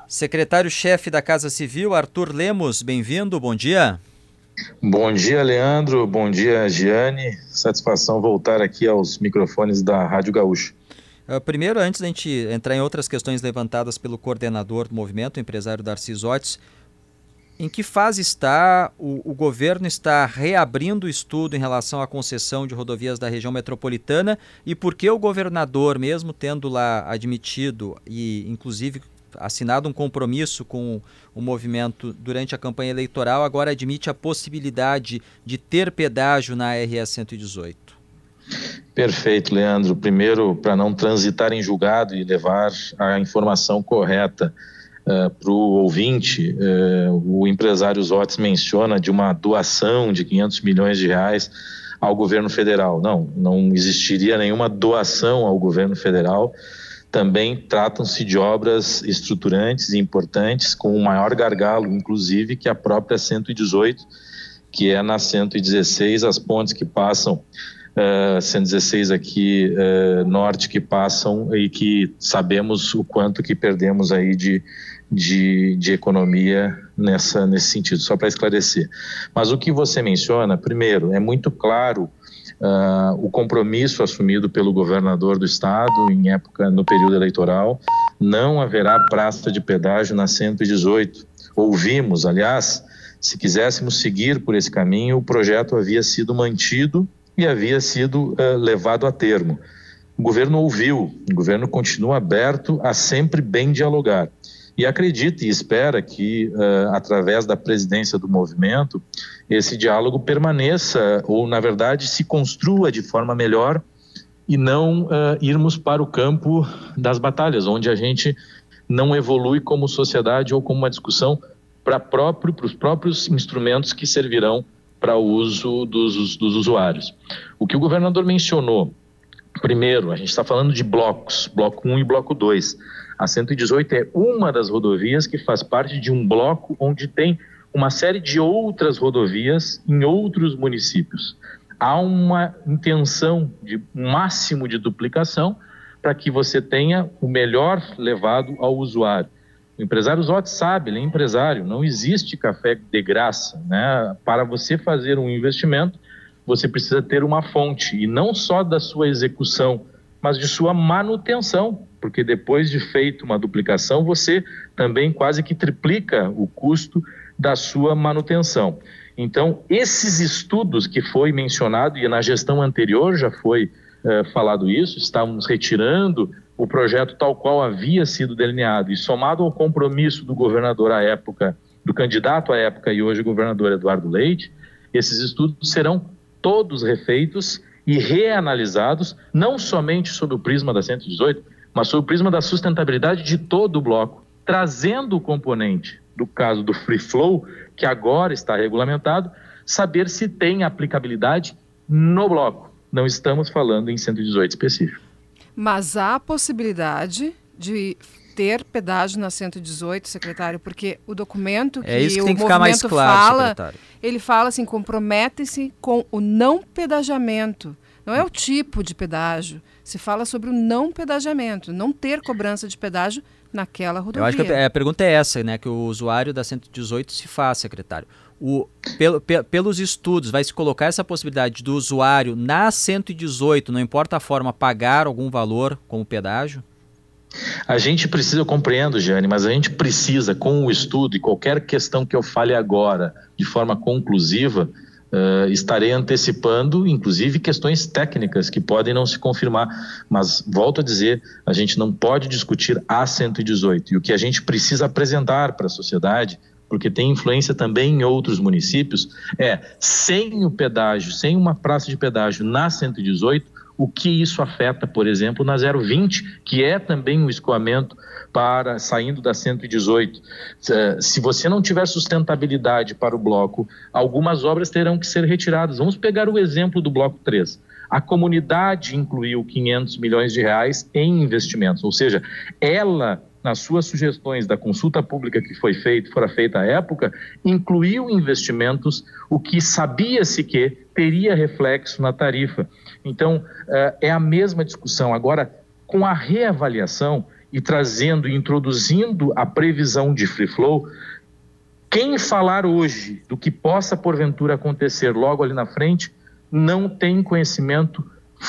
Secretário-chefe da Casa Civil, Arthur Lemos, bem-vindo, bom dia. Bom dia, Leandro, bom dia, Giane, satisfação voltar aqui aos microfones da Rádio Gaúcha. Primeiro, antes da gente entrar em outras questões levantadas pelo coordenador do movimento, o empresário Darcy Zotz, em que fase está, o governo está reabrindo o estudo em relação à concessão de rodovias da região metropolitana e por que o governador, mesmo tendo lá admitido e inclusive assinado um compromisso com o movimento durante a campanha eleitoral, agora admite a possibilidade de ter pedágio na RS 118? Perfeito, Leandro. Primeiro, para não transitar em julgado e levar a informação correta para o ouvinte, o empresário Zotz menciona de uma doação de 500 milhões de reais ao governo federal. Não existiria nenhuma doação ao governo federal. Também tratam-se de obras estruturantes e importantes, com o maior gargalo, inclusive, que a própria 118, que é na 116, as pontes que passam, 116 aqui norte, que passam e que sabemos o quanto que perdemos aí de economia nesse sentido, só para esclarecer. Mas o que você menciona, primeiro, é muito claro o compromisso assumido pelo governador do estado no período eleitoral. Não haverá praça de pedágio na 118. Ouvimos, aliás, se quiséssemos seguir por esse caminho, o projeto havia sido mantido e havia sido levado a termo. O governo ouviu, o governo continua aberto a sempre bem dialogar. E acredita e espera que, através da presidência do movimento, esse diálogo permaneça, ou, na verdade, se construa de forma melhor e não irmos para o campo das batalhas, onde a gente não evolui como sociedade ou como uma discussão para os próprios instrumentos que servirão para o uso dos usuários. O que o governador mencionou, primeiro, a gente está falando de blocos, bloco 1 e bloco 2. A 118 é uma das rodovias que faz parte de um bloco onde tem uma série de outras rodovias em outros municípios. Há uma intenção de máximo de duplicação para que você tenha o melhor levado ao usuário. O empresário Zotz sabe, ele é empresário, não existe café de graça, né? Para você fazer um investimento, você precisa ter uma fonte, e não só da sua execução, mas de sua manutenção, porque depois de feito uma duplicação, você também quase que triplica o custo da sua manutenção. Então, esses estudos que foi mencionado, e na gestão anterior já foi falado isso, estávamos retirando o projeto tal qual havia sido delineado, e somado ao compromisso do governador à época, do candidato à época e hoje governador Eduardo Leite, esses estudos serão todos refeitos e reanalisados, não somente sob o prisma da 118, mas sob o prisma da sustentabilidade de todo o bloco, trazendo o componente, do caso do free flow, que agora está regulamentado, saber se tem aplicabilidade no bloco. Não estamos falando em 118 específico. Mas há a possibilidade de ter pedágio na 118, secretário, porque o documento que isso que o tem que ficar mais movimento claro, fala, secretário. ele fala assim, compromete-se com o não pedagiamento. Não é o tipo de pedágio, se fala sobre o não pedagiamento, não ter cobrança de pedágio naquela rodovia. Eu acho que a pergunta é essa, né, que o usuário da 118 se faz, secretário. Pelos estudos, vai se colocar essa possibilidade do usuário na 118, não importa a forma, pagar algum valor como pedágio? A gente precisa, eu compreendo, Giane, mas a gente precisa, com o estudo, e qualquer questão que eu fale agora de forma conclusiva, estarei antecipando, inclusive, questões técnicas que podem não se confirmar, mas volto a dizer, a gente não pode discutir a 118, e o que a gente precisa apresentar para a sociedade, porque tem influência também em outros municípios, sem o pedágio, sem uma praça de pedágio na 118, o que isso afeta, por exemplo, na 020, que é também um escoamento para saindo da 118. Se você não tiver sustentabilidade para o bloco, algumas obras terão que ser retiradas. Vamos pegar o exemplo do bloco 3. A comunidade incluiu 500 milhões de reais em investimentos, ou seja, ela, nas suas sugestões da consulta pública que fora feita à época, incluiu investimentos, o que sabia-se que teria reflexo na tarifa. Então, é a mesma discussão. Agora, com a reavaliação, e trazendo, introduzindo a previsão de free flow, quem falar hoje do que possa porventura acontecer logo ali na frente não tem conhecimento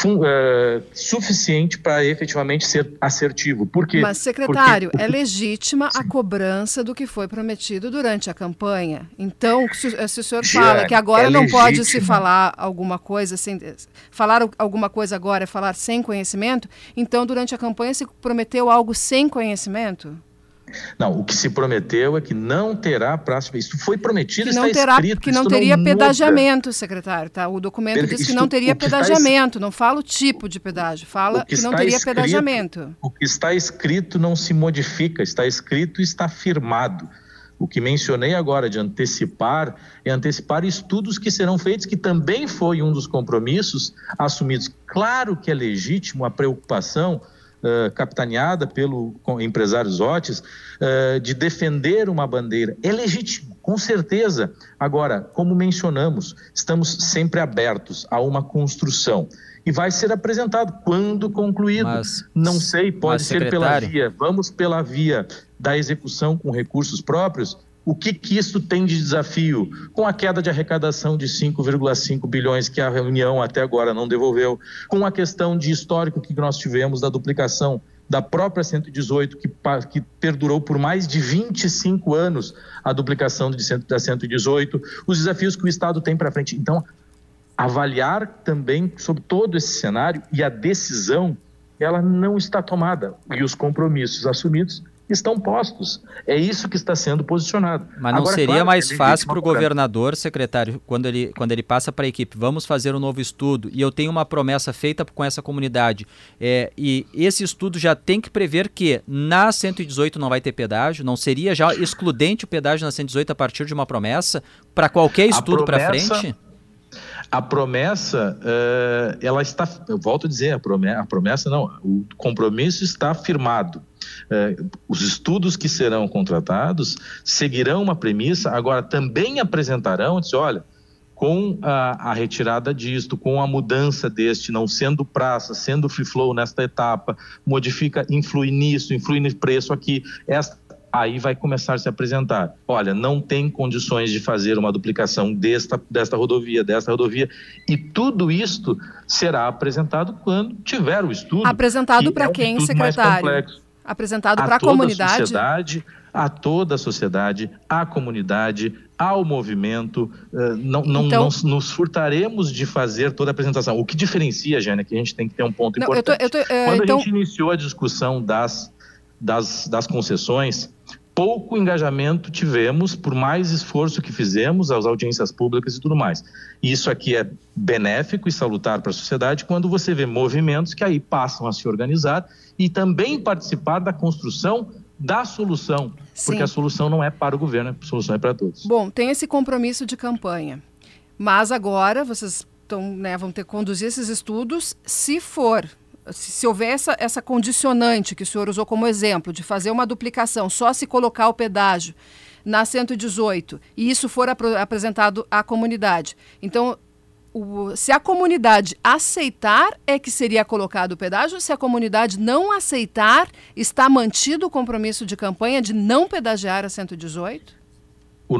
suficiente para efetivamente ser assertivo. Por quê? Mas, secretário, é legítima a cobrança do que foi prometido durante a campanha. Então, se o senhor fala que agora não pode se falar alguma coisa sem... Falar alguma coisa agora é falar sem conhecimento, então durante a campanha se prometeu algo sem conhecimento? Não, o que se prometeu é que não terá prazo. Isso foi prometido, está escrito. Que não teria pedagiamento, secretário. Tá? O documento diz que não teria pedagiamento. Não fala o tipo de pedágio, fala que não teria pedagiamento. O que está escrito não se modifica, está escrito e está firmado. O que mencionei agora de antecipar, é antecipar estudos que serão feitos, que também foi um dos compromissos assumidos. Claro que é legítimo a preocupação capitaneada pelo empresário Zotes, de defender uma bandeira. É legítimo, com certeza. Agora, como mencionamos, estamos sempre abertos a uma construção. E vai ser apresentado quando concluído. Não sei, pode ser vamos pela via da execução com recursos próprios. O que isso tem de desafio? Com a queda de arrecadação de 5,5 bilhões que a União até agora não devolveu, com a questão de histórico que nós tivemos da duplicação da própria 118, que perdurou por mais de 25 anos a duplicação da 118, os desafios que o Estado tem para frente. Então, avaliar também sobre todo esse cenário, e a decisão, ela não está tomada, e os compromissos assumidos estão postos. É isso que está sendo posicionado. Mas não seria mais fácil para o governador, secretário, quando ele passa para a equipe, vamos fazer um novo estudo, e eu tenho uma promessa feita com essa comunidade, e esse estudo já tem que prever que na 118 não vai ter pedágio? Não seria já excludente o pedágio na 118 a partir de uma promessa para qualquer estudo para frente? A promessa, ela está, eu volto a dizer, a promessa não, o compromisso está firmado. Os estudos que serão contratados seguirão uma premissa, agora também apresentarão, olha, com a retirada disto, com a mudança deste, não sendo praça, sendo free flow nesta etapa, influi nisso, influi no preço aqui, aí vai começar a se apresentar. Olha, não tem condições de fazer uma duplicação desta rodovia, e tudo isto será apresentado quando tiver o estudo. Apresentado para quem, secretário? Apresentado para a comunidade? A toda a sociedade, à comunidade, ao movimento. Não nos furtaremos de fazer toda a apresentação. O que diferencia, Jânia, que a gente tem que ter um ponto importante. Quando a gente iniciou a discussão das concessões, pouco engajamento tivemos, por mais esforço que fizemos, as audiências públicas e tudo mais. E isso aqui é benéfico e salutar para a sociedade quando você vê movimentos que aí passam a se organizar e também participar da construção da solução. Sim. Porque a solução não é para o governo, a solução é para todos. Bom, tem esse compromisso de campanha, mas agora vocês vão ter que conduzir esses estudos se houver essa condicionante que o senhor usou como exemplo, de fazer uma duplicação, só se colocar o pedágio na 118, e isso for apresentado à comunidade. Então, se a comunidade aceitar, é que seria colocado o pedágio. Se a comunidade não aceitar, está mantido o compromisso de campanha de não pedagiar a 118? O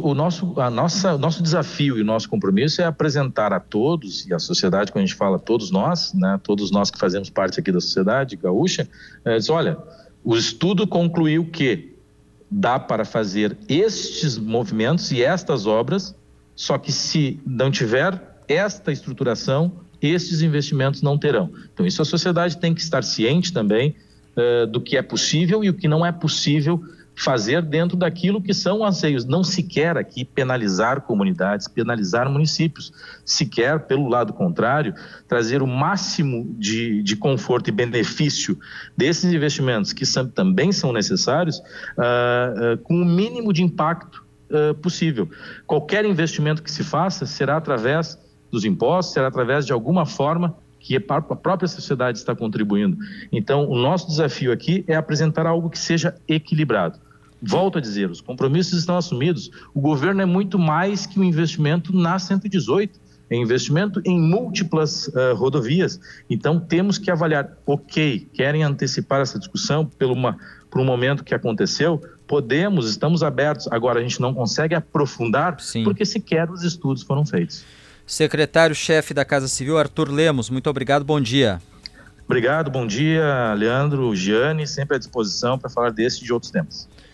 nosso desafio e o nosso compromisso é apresentar a todos, e a sociedade, quando a gente fala todos nós, né, todos nós que fazemos parte aqui da sociedade gaúcha, diz, olha, o estudo concluiu que dá para fazer estes movimentos e estas obras, só que se não tiver esta estruturação, estes investimentos não terão. Então, isso a sociedade tem que estar ciente também do que é possível e o que não é possível fazer dentro daquilo que são anseios. Não se quer aqui penalizar comunidades, penalizar municípios. Se quer, pelo lado contrário, trazer o máximo de conforto e benefício desses investimentos, que também são necessários, com o mínimo de impacto possível. Qualquer investimento que se faça será através dos impostos, será através de alguma forma que a própria sociedade está contribuindo. Então, o nosso desafio aqui é apresentar algo que seja equilibrado. Volto a dizer, os compromissos estão assumidos. O governo é muito mais que um investimento na 118. é investimento em múltiplas rodovias. Então, temos que avaliar, querem antecipar essa discussão por um momento que aconteceu? Estamos abertos. Agora, a gente não consegue aprofundar, porque sequer os estudos foram feitos. Secretário-chefe da Casa Civil, Arthur Lemos, muito obrigado, bom dia. Obrigado, bom dia, Leandro, Giane, sempre à disposição para falar desse e de outros temas.